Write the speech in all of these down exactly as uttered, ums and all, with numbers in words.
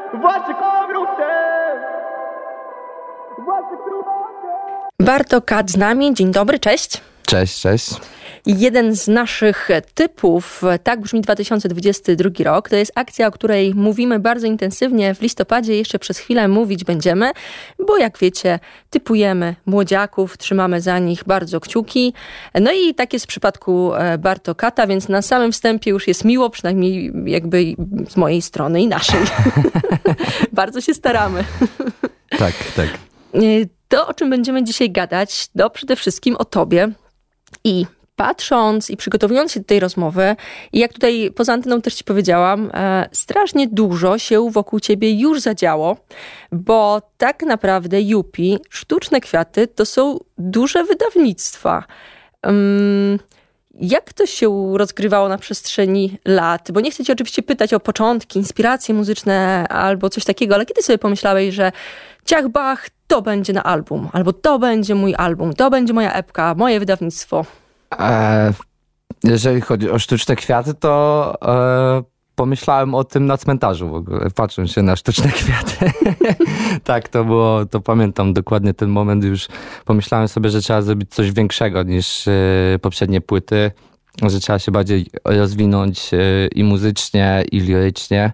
Barto Kat z nami. Dzień dobry, cześć. Cześć, cześć. Jeden z naszych typów, tak brzmi dwa tysiące dwudziesty drugi rok, to jest akcja, o której mówimy bardzo intensywnie w listopadzie, jeszcze przez chwilę mówić będziemy, bo jak wiecie, typujemy młodziaków, trzymamy za nich bardzo kciuki. No i tak jest w przypadku Barto Kata, więc na samym wstępie już jest miło, przynajmniej jakby z mojej strony i naszej. Bardzo się staramy. Tak, tak. To, o czym będziemy dzisiaj gadać, to przede wszystkim o tobie. I patrząc i przygotowując się do tej rozmowy, i jak tutaj poza anteną też ci powiedziałam, e, strasznie dużo się wokół ciebie już zadziało, bo tak naprawdę Jupi, Sztuczne Kwiaty, to są duże wydawnictwa. Um, jak to się rozgrywało na przestrzeni lat? Bo nie chcę cię oczywiście pytać o początki, inspiracje muzyczne albo coś takiego, ale kiedy sobie pomyślałeś, że ciach bach, to będzie na album, albo to będzie mój album, to będzie moja epka, moje wydawnictwo? E, jeżeli chodzi o Sztuczne Kwiaty, to e, pomyślałem o tym na cmentarzu w ogóle, patrząc się na Sztuczne Kwiaty. Tak, to było, to pamiętam dokładnie ten moment, już pomyślałem sobie, że trzeba zrobić coś większego niż e, poprzednie płyty, że trzeba się bardziej rozwinąć e, i muzycznie, i lirycznie.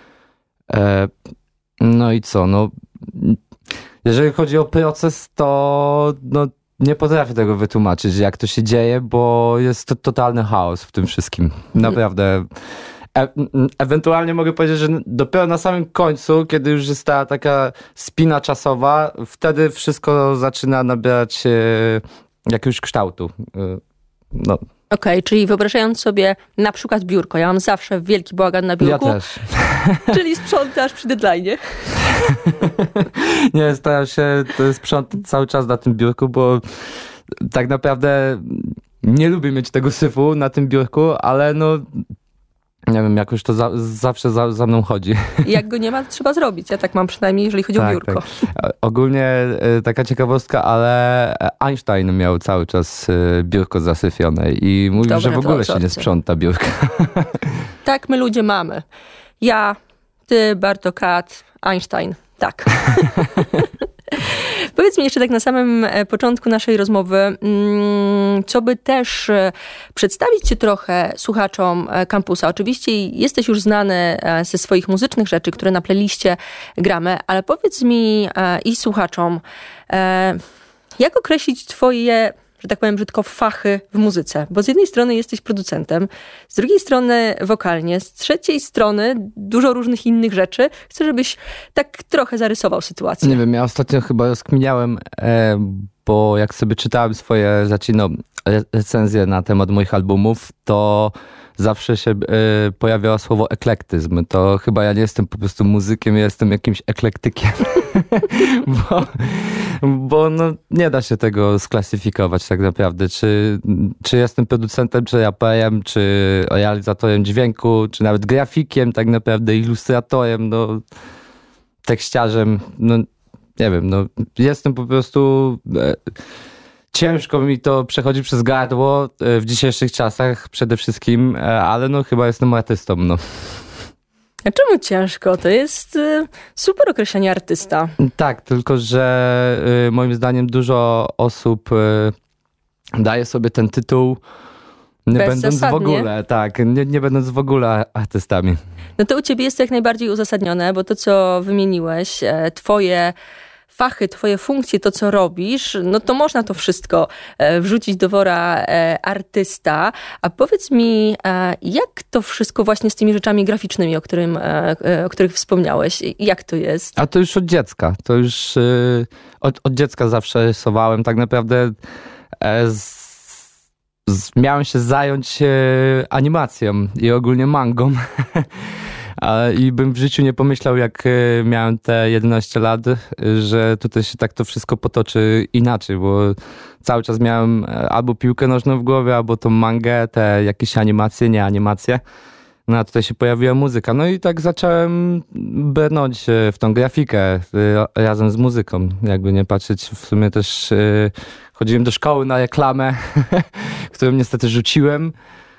E, no i co, no jeżeli chodzi o proces, to no, nie potrafię tego wytłumaczyć, jak to się dzieje, bo jest to totalny chaos w tym wszystkim. Naprawdę. E- ewentualnie mogę powiedzieć, że dopiero na samym końcu, kiedy już jest ta taka spina czasowa, wtedy wszystko zaczyna nabierać e, jakiegoś kształtu. E, no. Okej, okay, czyli wyobrażając sobie na przykład biurko. Ja mam zawsze wielki bałagan na biurku. Ja też. Czyli sprzątasz przy deadline'ie. Nie, staram się sprzątać cały czas na tym biurku, bo tak naprawdę nie lubię mieć tego syfu na tym biurku, ale no nie wiem, jakoś to za, zawsze za, za mną chodzi. I jak go nie ma, to trzeba zrobić. Ja tak mam przynajmniej, jeżeli chodzi tak, o biurko. Tak. Ogólnie taka ciekawostka, ale Einstein miał cały czas biurko zasyfione i mówił, Dobre, że w ogóle się nie sprząta biurka. Tak my ludzie mamy. Ja, ty, Barto Kat, Einstein. Tak. Powiedz mi jeszcze tak na samym początku naszej rozmowy, co by też przedstawić cię trochę słuchaczom Kampusa. Oczywiście jesteś już znany ze swoich muzycznych rzeczy, które na playliście gramy, ale powiedz mi i słuchaczom, jak określić twoje, że tak powiem brzydko, fachy w muzyce? Bo z jednej strony jesteś producentem, z drugiej strony wokalnie, z trzeciej strony dużo różnych innych rzeczy. Chcę, żebyś tak trochę zarysował sytuację. Nie wiem, ja ostatnio chyba rozkminiałem, bo jak sobie czytałem swoje zacino recenzje na temat moich albumów, to zawsze się y, pojawiało słowo eklektyzm. To chyba ja nie jestem po prostu muzykiem, ja jestem jakimś eklektykiem. bo bo no, nie da się tego sklasyfikować tak naprawdę. Czy, czy jestem producentem, czy raperem, czy realizatorem dźwięku, czy nawet grafikiem, tak naprawdę ilustratorem, no, tekściarzem. No, nie wiem, no, jestem po prostu... E, Ciężko mi to przechodzi przez gardło w dzisiejszych czasach przede wszystkim, ale no chyba jestem artystą, no. A czemu ciężko? To jest super określenie artysta. Tak, tylko że moim zdaniem dużo osób daje sobie ten tytuł nie będąc w ogóle, tak, nie, nie będąc w ogóle artystami. No to u ciebie jest to jak najbardziej uzasadnione, bo to co wymieniłeś, twoje fachy, twoje funkcje, to co robisz, no to można to wszystko wrzucić do wora artysta. A powiedz mi, jak to wszystko właśnie z tymi rzeczami graficznymi, o, którym, o których wspomniałeś, jak to jest? A to już od dziecka. To już od, od dziecka zawsze rysowałem. Tak naprawdę z, z, miałem się zająć animacją i ogólnie mangą. I bym w życiu nie pomyślał, jak miałem te jedenaście lat, że tutaj się tak to wszystko potoczy inaczej, bo cały czas miałem albo piłkę nożną w głowie, albo tą mangę, te jakieś animacje, nie animacje. No a tutaj się pojawiła muzyka. No i tak zacząłem brnąć w tą grafikę razem z muzyką. Jakby nie patrzeć, w sumie też chodziłem do szkoły na reklamę, którą niestety rzuciłem.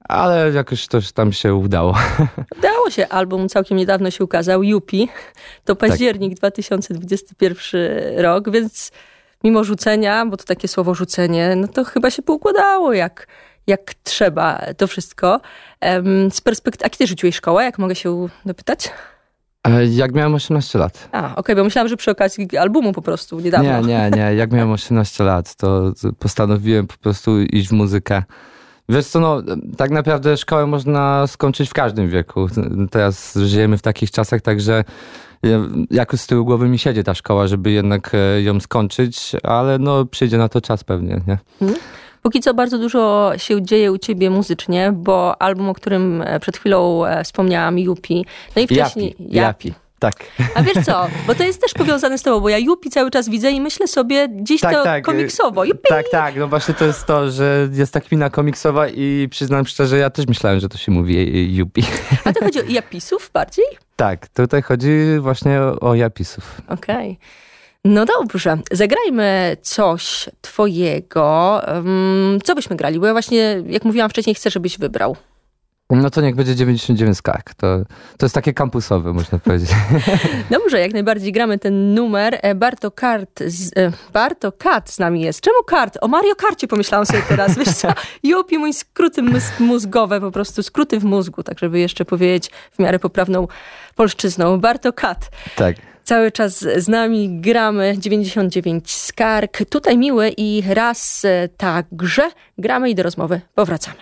ale jakoś też tam się udało. Udało się. Album całkiem niedawno się ukazał, Yupi. To październik tak. dwa tysiące dwudziesty pierwszy rok, więc mimo rzucenia, bo to takie słowo rzucenie, no to chyba się poukładało jak, jak trzeba to wszystko. Z perspektywy, a kiedy rzuciłeś szkołę, jak mogę się dopytać? Jak miałem osiemnaście lat. A, okej, okay, bo myślałam, że przy okazji albumu po prostu niedawno. Nie, nie, nie. Jak miałem osiemnaście lat, to postanowiłem po prostu iść w muzykę. Wiesz co, no tak naprawdę szkołę można skończyć w każdym wieku. Teraz żyjemy w takich czasach, także jakoś z tyłu głowy mi siedzi ta szkoła, żeby jednak ją skończyć, ale no przyjdzie na to czas pewnie, nie? Hmm. Póki co bardzo dużo się dzieje u ciebie muzycznie, bo album, o którym przed chwilą wspomniałam, Yupi, no i wcześniej... Japi, Japi. Tak. A wiesz co, bo to jest też powiązane z tobą, bo ja Yupi cały czas widzę i myślę sobie gdzieś tak, to tak. komiksowo. Yupi. Tak, tak, no właśnie to jest to, że jest tak mina komiksowa i przyznam szczerze, ja też myślałem, że to się mówi Yupi. A to chodzi o japisów bardziej? Tak, tutaj chodzi właśnie o, o japisów. Okej. Okay. No dobrze, zagrajmy coś twojego. Co byśmy grali? Bo ja właśnie, jak mówiłam wcześniej, chcę, żebyś wybrał. No to niech będzie dziewięćdziesiąt dziewięć skarg. To, to jest takie kampusowe, można powiedzieć. Dobrze, jak najbardziej gramy ten numer. Barto Kart z, Barto Kat z nami jest. Czemu Kart? O Mario Karcie pomyślałam sobie teraz. Wiesz co? Yupi, mój skróty mózgowe, po prostu skróty w mózgu, tak żeby jeszcze powiedzieć w miarę poprawną polszczyzną. Barto Kat. Tak. Cały czas z nami gramy dziewięćdziesiąt dziewięć skarg. Tutaj miły i raz także gramy i do rozmowy powracamy.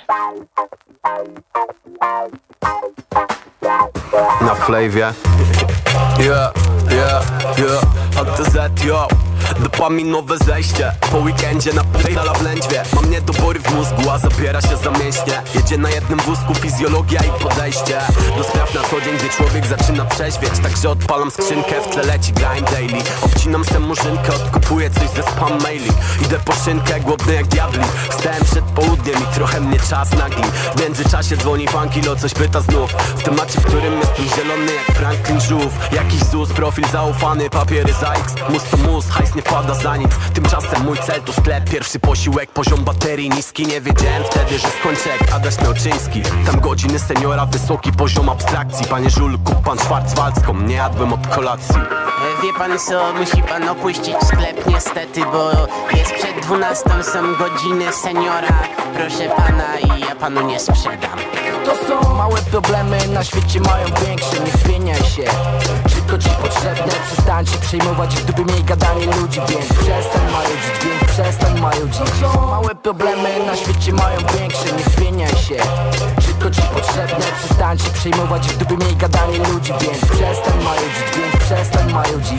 Na flavie. Yeah, yeah, yeah. A to Z, yo. Dopaminowe zejście. Po weekendzie na play w lędźwie. Mam niedobory w mózgu, a zabiera się za mięśnie. Jedzie na jednym wózku fizjologia i podejście do spraw na co dzień, gdy człowiek zaczyna przeźwieć. Także odpalam skrzynkę, w tle leci grind daily. Obcinam se murzynkę, odkupuję coś ze spam maili. Idę po szynkę, głodny jak diabli. Wstałem przed południem i trochę mnie czas nagli. W międzyczasie dzwoni funkilo, coś pyta znów. W temacie, w którym jestem zielony jak Franklin Żółw. Jakiś Z U S, profil zaufany, papiery za X. Mus to mus, hajs nie wpada za nic. Tymczasem mój cel to sklep, pierwszy posiłek. Poziom baterii niski, nie wiedziałem wtedy, że skończę jak Adaś Miałczyński. Tam godziny seniora, wysoki poziom abstrakcji. Panie Żul, kup pan szwarcwalską, nie jadłem od kolacji. Wie pan co, musi pan opuścić sklep niestety, bo jest przed dwunastą, są godziny seniora. Proszę pana i ja panu nie sprzedam. To są małe problemy, na świecie mają większe, nie wpieniaj się. Szybko ci potrzebne, przestań się przejmować, w dupie miej gadanie ludzi, więc przestań marudzić, więc przestań marudzić. To są małe problemy, na świecie mają większe, nie wpieniaj się. Szybko ci potrzebne, przestań się przejmować, w dupie miej gadanie ludzi, więc przestań marudzić, więc przestań marudzić.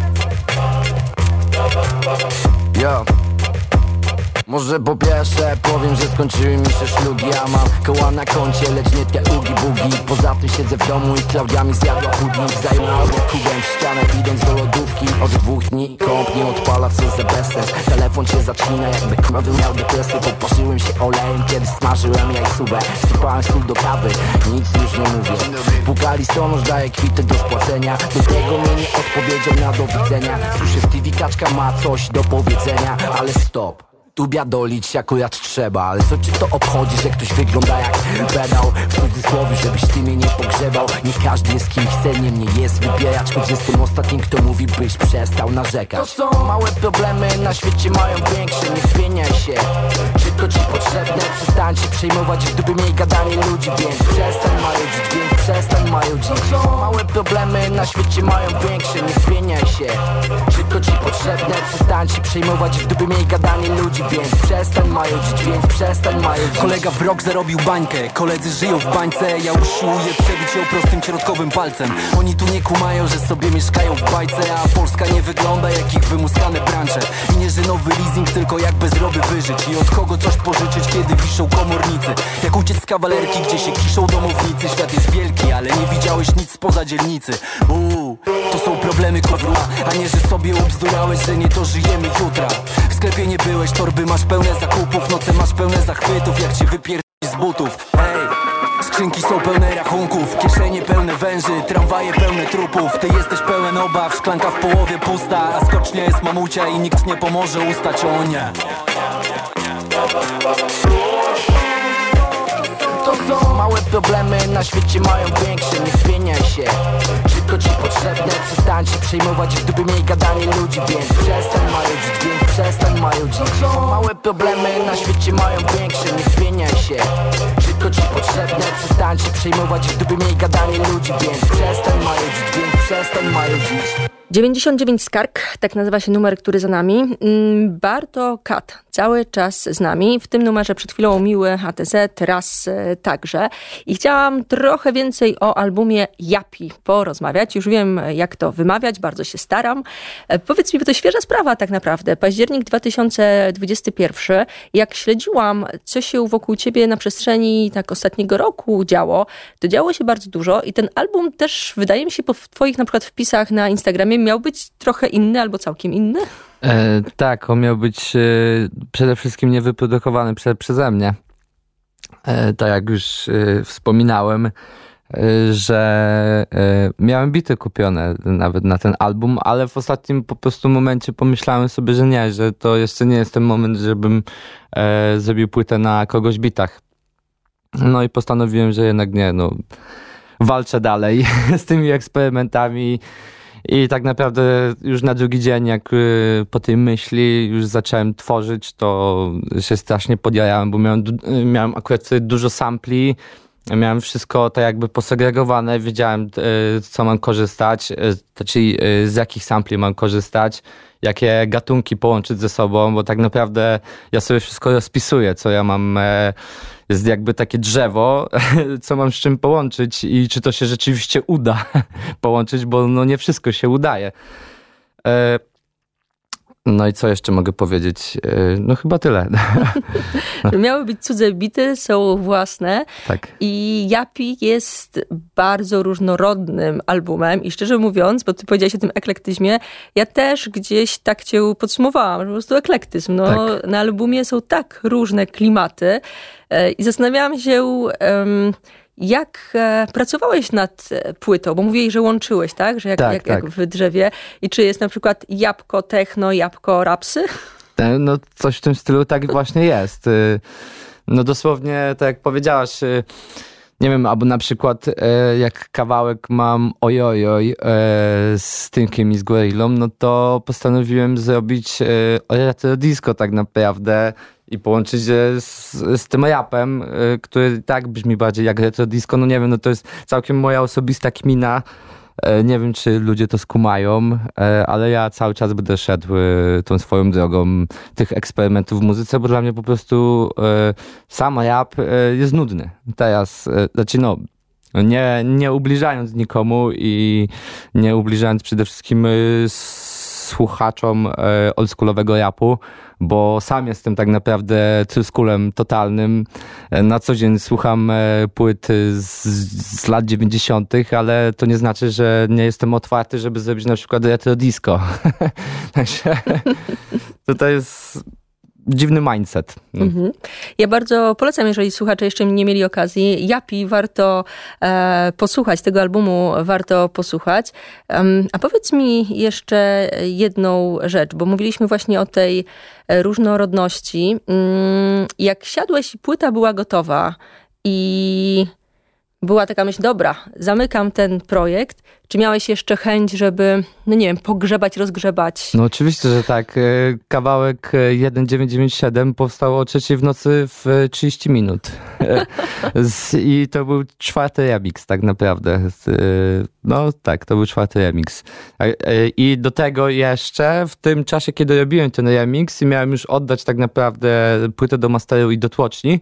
Yo. Może po pierwsze powiem, że skończyły mi się szlugi. Ja mam koła na koncie, lecz nie te ugi-bugi. Poza tym siedzę w domu i Klaudia mi zjadła pudnik. Zajmę albo kubem w ścianę, idąc do lodówki. Od dwóch dni komp nie odpala, co za bezsens. Telefon się zacina, jakby krowy miał depresję. Poparzyłem się olejem, kiedy smażyłem jajcówę. Sypałem sól do kawy, nic już nie mówię. Pukali stonoż, daje kwity do spłacenia. Do tego mnie nie odpowiedział na do widzenia. Słyszę w T V, kaczka ma coś do powiedzenia. Ale stop, tu biadolić akurat trzeba. Ale co ci to obchodzi, że ktoś wygląda jak pedał? W cudzysłowie, żebyś ty mnie nie pogrzebał. Nie każdy jest kim chce, nie mnie jest wybierać. Choć jestem ostatnim, kto mówi, byś przestał narzekać. To są małe problemy, na świecie mają większe, nie wpieniaj się. Szybko ci potrzebne, przestań się przejmować, w dupie miej gadanie ludzi, więc przestań marudzić, więc przestań marudzić. To są małe problemy, na świecie mają większe, nie wpieniaj się. Szybko ci potrzebne, przestań się przejmować, w dupie miej gadanie ludzi, więc przestań marudzić, więc przestań marudzić. Kolega w rok zarobił bańkę, koledzy żyją w bańce. Ja usiłuję przebić ją prostym środkowym palcem. Oni tu nie kumają, że sobie mieszkają w bajce, a Polska nie wygląda jak ich wymuskane branże. I nie, że nowy leasing, tylko jak bez roby wyżyć i od kogo coś pożyczyć, kiedy wiszą komornicy. Jak uciec z kawalerki, gdzie się kiszą domownicy. Świat jest wielki, ale nie widziałeś nic spoza dzielnicy. Uuu, to są problemy kurwa, a nie, że sobie obzdurałeś, że nie dożyjemy jutra. W sklepie nie byłeś, torby masz pełne zakupów, noce masz pełne zachwytów, jak cię wypierdolić z butów. Hej, skrzynki są pełne rachunków, kieszenie pełne węży, tramwaje pełne trupów. Ty jesteś pełen obaw, szklanka w połowie pusta, a skocznia jest mamucia i nikt nie pomoże ustać, o nie. To problemy na świecie mają większe, nie wpieniaj się. Czy to ci potrzebne? Przestań się przejmować, w dupie miej gadanie ludzi. Więc przestań marudzić, więc przestań marudzić. Małe problemy na świecie mają większe, nie wpieniaj się. Czy to ci potrzebne? Przestań się przejmować, w dupie miej gadanie ludzi. Więc przestań marudzić, więc przestań marudzić. dziewięćdziesiąt dziewięć Skarg, tak nazywa się numer, który za nami. Barto Kat cały czas z nami. W tym numerze przed chwilą Miły A T Z, teraz także. I chciałam trochę więcej o albumie Japi porozmawiać. Już wiem, jak to wymawiać, bardzo się staram. Powiedz mi, bo to świeża sprawa tak naprawdę. Październik dwa tysiące dwudziesty pierwszy. Jak śledziłam, co się wokół ciebie na przestrzeni tak ostatniego roku działo, to działo się bardzo dużo i ten album też, wydaje mi się, po twoich na przykład wpisach na Instagramie miał być trochę inny albo całkiem inny? E, tak, on miał być e, przede wszystkim niewyprodukowany prze, przeze mnie. E, tak jak już e, wspominałem, e, że e, miałem bity kupione nawet na ten album, ale w ostatnim po prostu momencie pomyślałem sobie, że nie, że to jeszcze nie jest ten moment, żebym e, zrobił płytę na kogoś bitach. No i postanowiłem, że jednak nie, no walczę dalej z tymi eksperymentami. I tak naprawdę już na drugi dzień, jak y, po tej myśli już zacząłem tworzyć, to się strasznie podjarałem, bo miałem, miałem akurat wtedy dużo sampli, miałem wszystko tak jakby posegregowane, wiedziałem y, co mam korzystać, y, czyli y, z jakich sampli mam korzystać, jakie gatunki połączyć ze sobą, bo tak naprawdę ja sobie wszystko rozpisuję, co ja mam... Y, jest jakby takie drzewo, co mam z czym połączyć i czy to się rzeczywiście uda połączyć, bo no nie wszystko się udaje. No i co jeszcze mogę powiedzieć? No chyba tyle. Miały być cudze bity, są własne. Tak. I Japi jest bardzo różnorodnym albumem i szczerze mówiąc, bo ty powiedziałeś o tym eklektyzmie, ja też gdzieś tak cię podsumowałam, że po prostu eklektyzm. No, tak. Na albumie są tak różne klimaty i zastanawiałam się... Um, Jak e, pracowałeś nad płytą? Bo mówiłeś, że łączyłeś, tak? Że jak, tak, jak, tak. jak w drzewie. I czy jest na przykład jabłko techno, jabłko rapsy? No coś w tym stylu tak właśnie jest. No dosłownie, tak jak powiedziałaś, nie wiem, albo na przykład jak kawałek mam ojojoj z Tynkiem i z Gorillą, no to postanowiłem zrobić retro disco tak naprawdę i połączyć je z, z tym rapem, który tak brzmi bardziej jak retro disco. No nie wiem, no to jest całkiem moja osobista kmina. Nie wiem, czy ludzie to skumają, ale ja cały czas będę szedł tą swoją drogą tych eksperymentów w muzyce, bo dla mnie po prostu sam rap jest nudny. Teraz, znaczy no, nie, nie ubliżając nikomu i nie ubliżając przede wszystkim słuchaczom oldschoolowego rapu, bo sam jestem tak naprawdę truskulem totalnym. Na co dzień słucham płyt z, z lat dziewięćdziesiątych, ale to nie znaczy, że nie jestem otwarty, żeby zrobić na przykład retro disco. Także to jest dziwny mindset. Mhm. Ja bardzo polecam, jeżeli słuchacze jeszcze nie mieli okazji. Japi, warto e, posłuchać tego albumu, warto posłuchać. Um, a powiedz mi jeszcze jedną rzecz, bo mówiliśmy właśnie o tej różnorodności. Um, jak siadłeś i płyta była gotowa i była taka myśl, dobra, zamykam ten projekt. Czy miałeś jeszcze chęć, żeby, no nie wiem, pogrzebać, rozgrzebać? No oczywiście, że tak. Kawałek jeden dziewięć dziewięć siedem powstał o trzeciej w nocy w trzydzieści minut. I to był czwarty remix tak naprawdę. No tak, to był czwarty remix. I do tego jeszcze w tym czasie, kiedy robiłem ten remix i miałem już oddać tak naprawdę płytę do masteru i do tłoczni,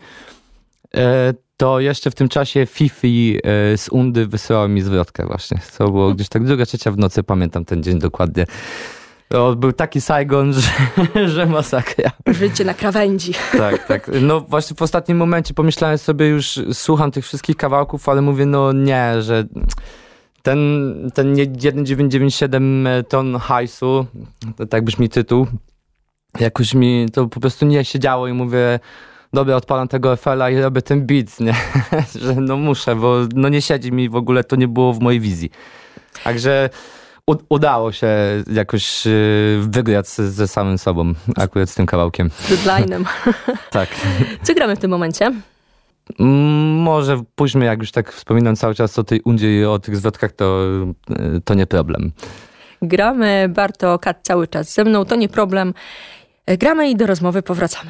to jeszcze w tym czasie Fifi z Undy wysyłała mi zwrotkę właśnie. To było gdzieś tak druga, trzecia w nocy, pamiętam ten dzień dokładnie. To był taki Saigon, że, że masakra. Życie na krawędzi. Tak, tak. No właśnie w ostatnim momencie pomyślałem sobie, już słucham tych wszystkich kawałków, ale mówię, no nie, że ten, ten jeden dziewięć dziewięć siedem ton hajsu, to tak brzmi tytuł, jakoś mi to po prostu nie siedziało i mówię, dobra, odpalam tego F L a i robię ten beat, nie? Że no muszę, bo no nie siedzi mi w ogóle, to nie było w mojej wizji. Także u- udało się jakoś yy, wygrać z, ze samym sobą, akurat z tym kawałkiem. Z deadline'em. Tak. Co gramy w tym momencie? może pójdźmy, jak już tak wspominam cały czas o tej undzie i o tych zwrotkach, to, to nie problem. Gramy, Barto Kat cały czas ze mną, to nie problem. Gramy i do rozmowy powracamy.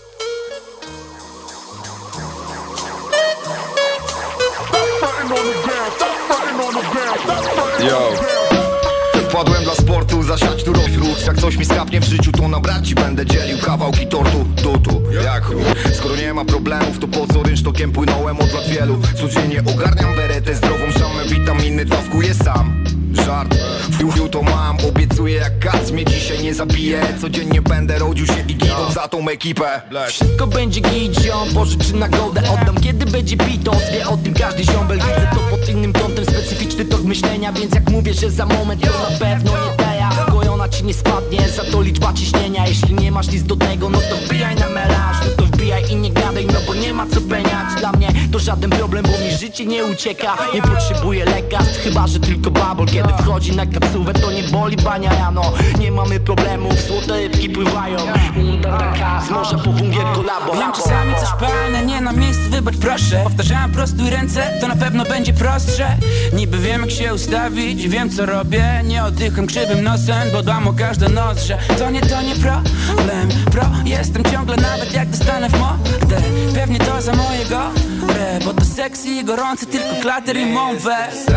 Yo. Wpadłem dla sportu, zasiać tu rozruch. Jak coś mi skapnie w życiu, to na braci będę dzielił kawałki tortu, dutu, jak ruch. Skoro nie ma problemów, to po co rynsztokiem płynąłem od lat wielu. Codziennie ogarniam beretę zdrową, szamę, witaminy, dawkuję sam. Żart, fiu to mam, obiecuję jak kac mnie dzisiaj nie zabije. Codziennie będę rodził się i ginął za tą ekipę. Wszystko będzie git, ziom, pożyczy nagrodę oddam, kiedy będzie pitos. Wie o tym każdy ziombel, widzę to pod innym kątem. Specyficzny tok myślenia, więc jak mówię, że za moment, to na pewno nie teja. Skojona ci nie spadnie, za to liczba ciśnienia. Jeśli nie masz nic do tego, no to wbijaj na melanż. No to wbijaj i nie gadaj, no bo nie ma co peniać. Dla mnie to żaden problem, bo mi życie nie ucieka. Nie potrzebuję lekarstw, chyba że tylko babol. Kiedy wchodzi na kapsułę, to nie boli bania rano. Nie mamy problemów, złote rybki pływają. Unda taka, z morza po wungier kolabo. Wiem, czasami coś palne, nie na miejscu, wybacz proszę. Powtarzałem prostuj ręce, to na pewno będzie prostsze. Niby wiem jak się ustawić, wiem co robię. Nie oddycham krzywym nosem, bo dbam o każdą noc, że to nie, to nie problem. Pro, jestem ciągle nawet jak dostanę w mordę. Pewnie to za mojego re, bo to sexy i gorący, tylko klater i mąwę.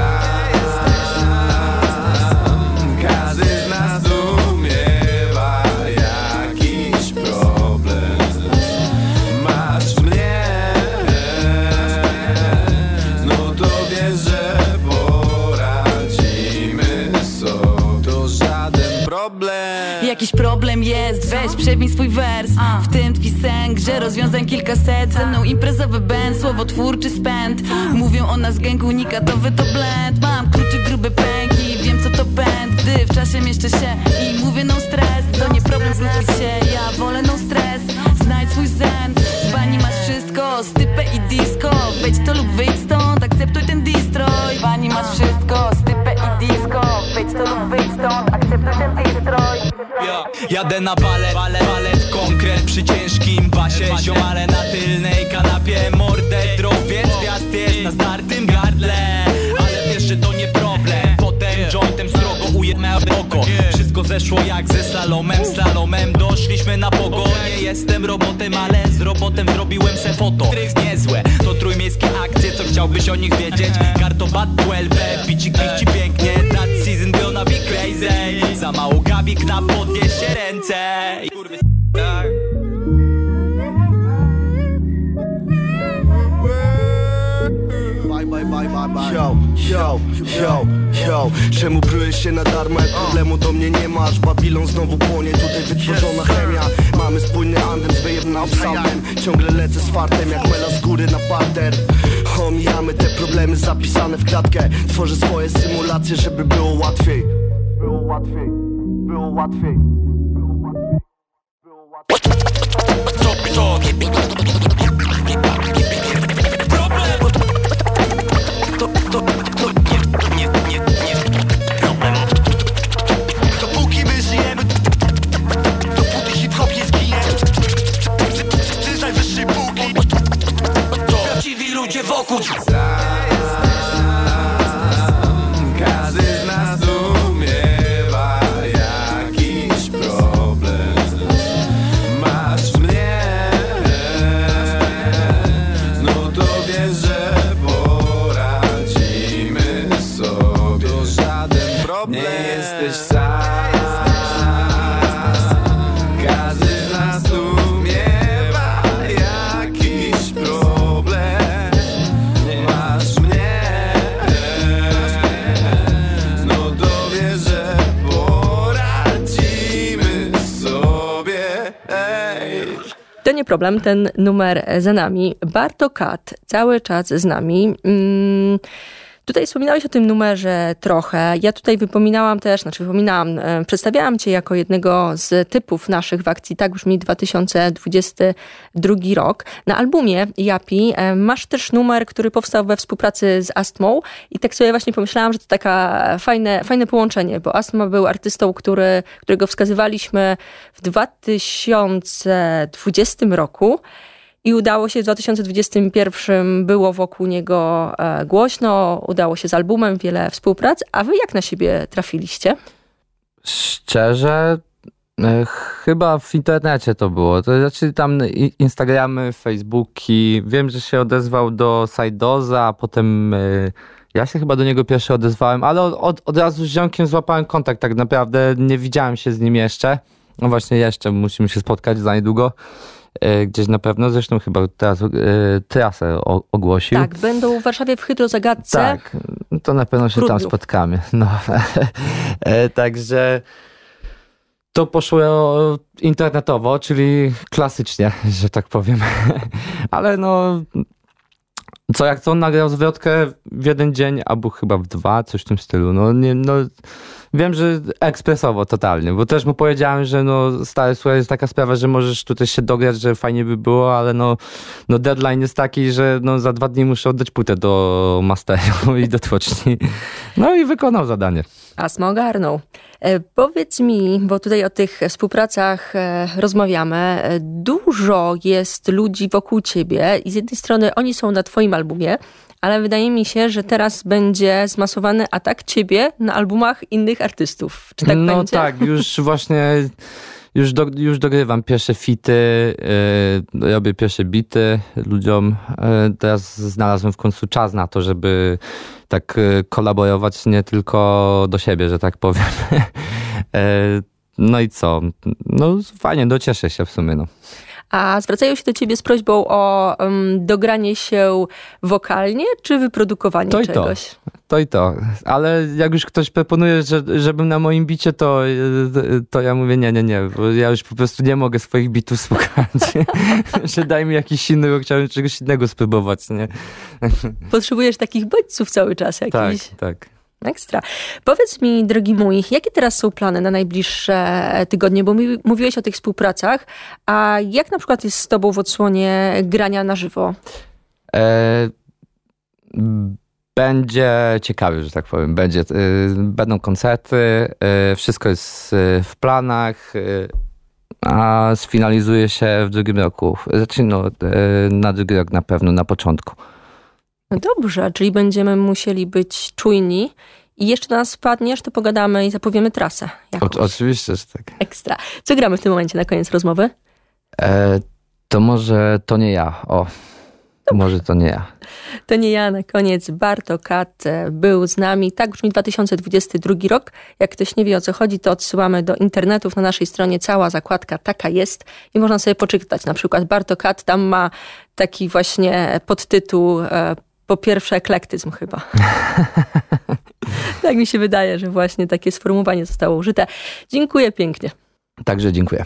Każdy z nas umiewa jakiś problem. Masz mnie, no to wiesz, że poradzimy sobie. To żaden problem. Jakiś problem jest, weź przewiń swój wers. W tym tkwi sęk, że rozwiązań kilkaset. Ze mną imprezowy band, słowotwórczy spęd. Mówią o nas gang unikatowy to blend. Mam kluczy grube pęki, wiem co to pęd. Gdy w czasie mieszczę się i mówię no stres. To nie problem zgubić się, ja wolę no stres. Znajdź swój zen, w bani masz wszystko. Stypę i disco, wejdź to lub wyjdź stąd. Akceptuj ten distroj. W bani masz wszystko, stypę i disco, wejdź to lub wyjdź stąd. Akceptuj ten distroj. Jadę na balet, balet, balet konkret przy ciężkim basie. Ziomale na tylnej kanapie, mordę drog, więc gwiazd jest na zdartym gardle. Ale wiesz, że to nie problem. Potem jointem srogo ujemę oko. Wszystko zeszło jak ze slalomem, slalomem doszliśmy na pogonie. Jestem robotem, ale z robotem zrobiłem se foto. Tryk niezłe, to trójmiejskie akcje, co chciałbyś o nich wiedzieć. Kartobat dwanaście, bicik liści pięknie. That season gonna be crazy. Za mało gabik na podniesie ręce. Tak. Bye, bye, bye, bye, bye. Yo, yo, yo, yo. Czemu prujesz się na darmo, jak problemu do mnie nie masz? Babilon znowu płonie, tutaj wytworzona chemia. Mamy spójny andem z wyjebnym soundem. Ciągle lecę z fartem, jak mela z góry na parter. Omijamy te problemy zapisane w klatkę. Tworzę swoje symulacje, żeby było łatwiej. Było łatwiej, było łatwiej. Było łatwiej, było łatwiej. To, to, to nie, nie, nie, nie problem. Dopóki my żyjemy, dopóty hip-hop nie zginie. Ty z najwyższej półki. To prawdziwi ludzie wokół. Każdy z nas umiewa jakiś problem. Masz mnie, no to wiesz, że poradzimy sobie. To żaden problem, nie jesteś sam. Każdy z nas umiewa jakiś problem. Masz mnie, no to wiesz, że poradzimy sobie. Ej. To nie problem, ten numer za nami. Barto Kat cały czas z nami. Mm, tutaj wspominałeś o tym numerze trochę. Ja tutaj wypominałam też, znaczy wypominałam, e, przedstawiałam cię jako jednego z typów naszych w akcji Tak Brzmi dwa tysiące dwudziesty drugi rok. Na albumie Japi e, masz też numer, który powstał we współpracy z Astmą i tak sobie właśnie pomyślałam, że to taka fajne, fajne połączenie, bo Astma był artystą, który, którego wskazywaliśmy w dwa tysiące dwudziestym roku. i udało się w dwa tysiące dwudziestym pierwszym, było wokół niego e, głośno, udało się z albumem, wiele współprac, a wy jak na siebie trafiliście? Szczerze, e, chyba w internecie to było. To znaczy tam Instagramy, Facebooki. Wiem, że się odezwał do Sajdoza, a potem e, ja się chyba do niego pierwszy odezwałem, ale od, od, od razu z ziomkiem złapałem kontakt tak naprawdę. Nie widziałem się z nim jeszcze. No właśnie jeszcze, musimy się spotkać za niedługo. E, gdzieś na pewno, zresztą chyba teraz e, trasę o, ogłosił. Tak, będą w Warszawie w Hydrozagadce. Tak, to na pewno się tam spotkamy. No. e, także to poszło internetowo, czyli klasycznie, że tak powiem. Ale no, co jak co, on nagrał zwrotkę w jeden dzień, albo chyba w dwa, coś w tym stylu. No, nie, no wiem, że ekspresowo totalnie, bo też mu powiedziałem, że no stary, słuchaj, jest taka sprawa, że możesz tutaj się dograć, że fajnie by było, ale no, no deadline jest taki, że no za dwa dni muszę oddać płytę do masteru i do tłoczni. No i wykonał zadanie. Asmo ogarnął. E, powiedz mi, bo tutaj o tych współpracach e, rozmawiamy, e, dużo jest ludzi wokół ciebie i z jednej strony oni są na twoim albumie, ale wydaje mi się, że teraz będzie zmasowany atak ciebie na albumach innych artystów. Czy tak no będzie? Tak, już właśnie już, do, już dogrywam pierwsze fity, yy, robię pierwsze bity ludziom. Yy, teraz znalazłem w końcu czas na to, żeby tak yy, kolaborować nie tylko do siebie, że tak powiem. yy, no i co? No fajnie, docieszę się w sumie. No. A zwracają się do ciebie z prośbą o um, dogranie się wokalnie, czy wyprodukowanie to i czegoś? To. to i to. Ale jak już ktoś proponuje, że, żebym na moim bicie, to, to ja mówię nie, nie, nie. Bo ja już po prostu nie mogę swoich bitów słuchać. Że daj mi jakiś inny, bo chciałem czegoś innego spróbować. Nie? Potrzebujesz takich bodźców cały czas jakiś. Tak, tak. Ekstra. Powiedz mi, drogi mój, jakie teraz są plany na najbliższe tygodnie? Bo mówiłeś o tych współpracach, a jak na przykład jest z tobą w odsłonie grania na żywo? E, będzie ciekawie, że tak powiem. Będzie, e, będą koncerty, e, wszystko jest w planach, e, a sfinalizuje się w drugim roku. Znaczy no, e, na drugi rok na pewno, na początku. No dobrze, czyli będziemy musieli być czujni i jeszcze do nas wpadniesz, to pogadamy i zapowiemy trasę. O, oczywiście, że tak. Ekstra. Co gramy w tym momencie na koniec rozmowy? E, to może to nie ja. O, to może to nie ja. To nie ja na koniec. Barto Kat był z nami. Tak brzmi dwa tysiące dwudziesty drugi rok. Jak ktoś nie wie, o co chodzi, to odsyłamy do internetów. Na naszej stronie cała zakładka taka jest i można sobie poczytać. Na przykład Barto Kat tam ma taki właśnie podtytuł e, po pierwsze eklektyzm chyba. Tak mi się wydaje, że właśnie takie sformułowanie zostało użyte. Dziękuję pięknie. Także dziękuję.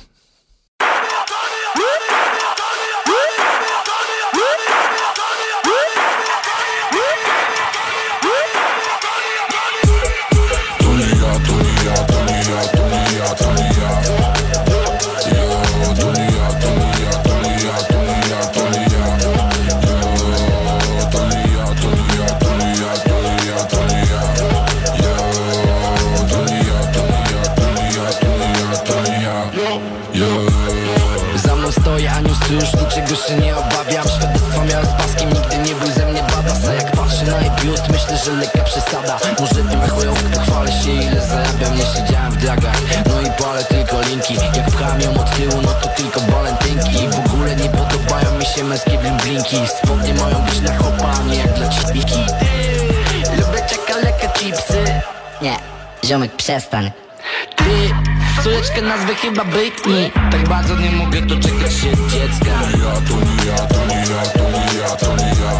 Już niczego się nie obawiam. Świadectwo miałem z paskiem, nigdy nie był ze mnie badas. A jak patrzę na jej biust, myślę, że lekka przesada. Może tym chujowkę, chwalę się ile zarabiam. Nie siedziałem w dragach, no i palę tylko linki. Jak pcham ją od tyłu, no to tylko walentynki. I w ogóle nie podobają mi się męskie blimblinki. Spodnie mają być na chopa, a nie jak dla cipiki. Lubię czekaleka chipsy. Nie, ziomek przestań. Ty, córeczkę nazwę chyba Britney. Tak bardzo nie mogę doczekać się dziecka. To nie ja, to nie ja, to nie ja, to nie ja, to nie ja.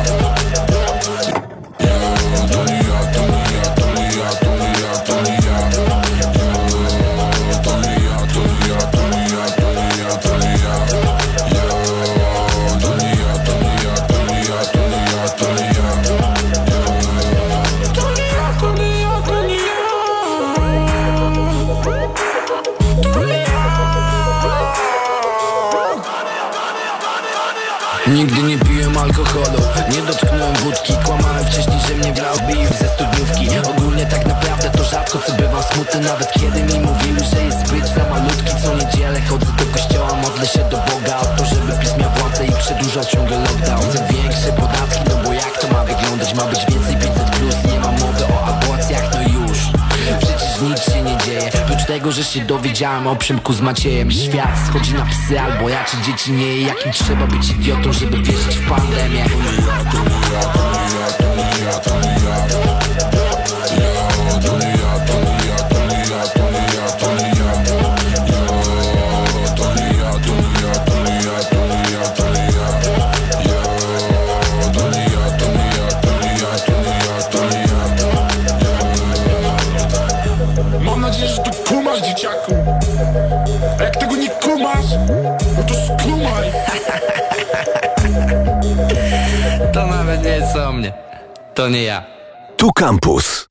To nie ja, to nie ja, to nie ja, to nie ja, to nie ja. To nie ja, to nie ja, to nie ja, to nie ja, to nie ja. To nie ja, to nie ja, to nie ja, to nie ja, to nie ja. To nie ja, to nie ja, to nie ja. Nigdy nie piłem alkoholu, nie dotknąłem wódki. Kłamałem wcześniej, że mnie brał bił ze studniówki. Ogólnie tak naprawdę to rzadko co bywam smutny. Nawet kiedy mi mówiły, że jest zbyt za malutki. Co niedzielę chodzę do kościoła, modlę się do Boga o to, żeby pism miał władze i przedłuża ciągle lockdown. Chcę większe podatki, no bo jak to ma wyglądać? Ma być więcej pięćset plus, nie ma mowy o aborcjach, no już. Przecież nic się nie dzieje, prócz tego, że się dowiedziałem o Przemku z Maciejem. Świat schodzi na psy, albo ja czy dzieci nie je. Jakim trzeba być idiotą, żeby wierzyć w pandemię? To nie ja, to nie ja, to nie ja, to nie ja, to nie ja. To nie ja, to nie ja, to nie ja, to nie ja, to nie ja. To nie ja, to nie ja, to nie ja, to nie ja, to nie ja. To nie ja, to nie ja, to nie ja, to nie ja, to nie ja. Mam nadzieję, że to kumasz, dzieciaku. A jak tego nie kumasz, no to skumaj. To nawet nie jest o mnie. To nie ja. Tu Campus.